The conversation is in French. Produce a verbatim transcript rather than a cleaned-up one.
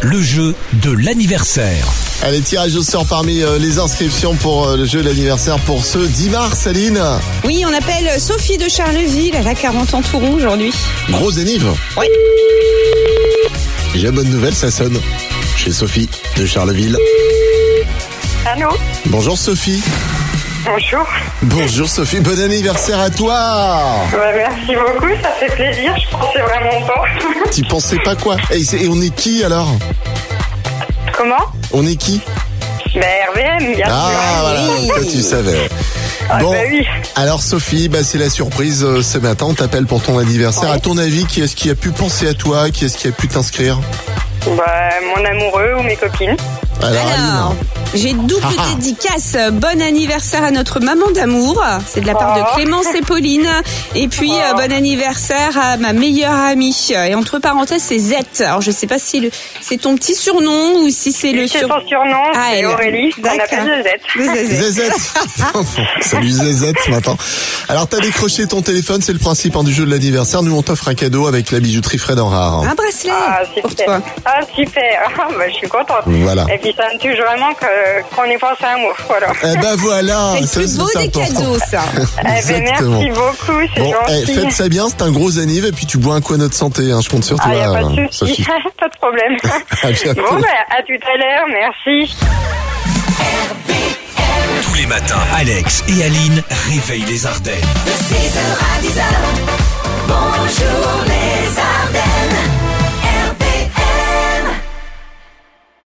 le jeu de l'anniversaire. Allez, tirage au sort parmi euh, les inscriptions pour euh, le jeu de l'anniversaire pour ce dix mars, Aline. Oui, on appelle Sophie de Charleville, elle a quarante ans tout rond aujourd'hui. Gros anniv. Oui. J'ai la bonne nouvelle, ça sonne. Chez Sophie de Charleville. Allô? Bonjour Sophie. Bonjour. Bonjour Sophie, bon anniversaire à toi. Ouais, merci beaucoup, ça fait plaisir, je pensais vraiment pas. Tu pensais pas quoi? Et, c'est- et on est qui alors? Comment? On est qui? Bah R V M, bien Ah sûr. voilà, Oui. toi tu savais. Ah, Bon, bah oui. alors Sophie, bah c'est la surprise euh, ce matin, on t'appelle pour ton anniversaire. Ouais. À ton avis, qui est-ce qui a pu penser à toi? Qui est-ce qui a pu t'inscrire? Bah, mon amoureux ou mes copines. Alors, Alors, Aline. j'ai double Ah ah. dédicace. Bon anniversaire à notre maman d'amour. C'est de la part Oh. de Clémence et Pauline. Et puis, Oh. euh, bon anniversaire à ma meilleure amie. Et entre parenthèses, c'est Z. Alors, je sais pas si le, c'est ton petit surnom ou si c'est le C'est surnom. son surnom, Ah, c'est elle. Aurélie, qu'on D'accord. appelle Zezette. Zézette. Salut Zézette ce matin. Alors t'as décroché ton téléphone, c'est le principe hein, du jeu de l'anniversaire. Nous on t'offre un cadeau avec la bijouterie Fred en rare. Un bracelet Ah, pour toi. super. Ah, super. Ah, bah, je suis contente. Voilà. Et puis, ça me touche vraiment que, qu'on ait pensé à moi, voilà. Eh ben voilà, C'est le ça, plus beau c'est des important. cadeaux, ça. Eh ben, Exactement. merci beaucoup, c'est Bon, eh, gentil. faites ça bien, c'est un gros anniv et puis tu bois un coup à notre santé. Hein. Je compte sur toi, Ah, y a pas euh, de souci. Sophie. Pas de problème. À bientôt. Bon, bah, à tout à l'heure, merci. Tous les matins, Alex et Aline réveillent les Ardennes. De six heures à dix heures, bonjour les Ardennes.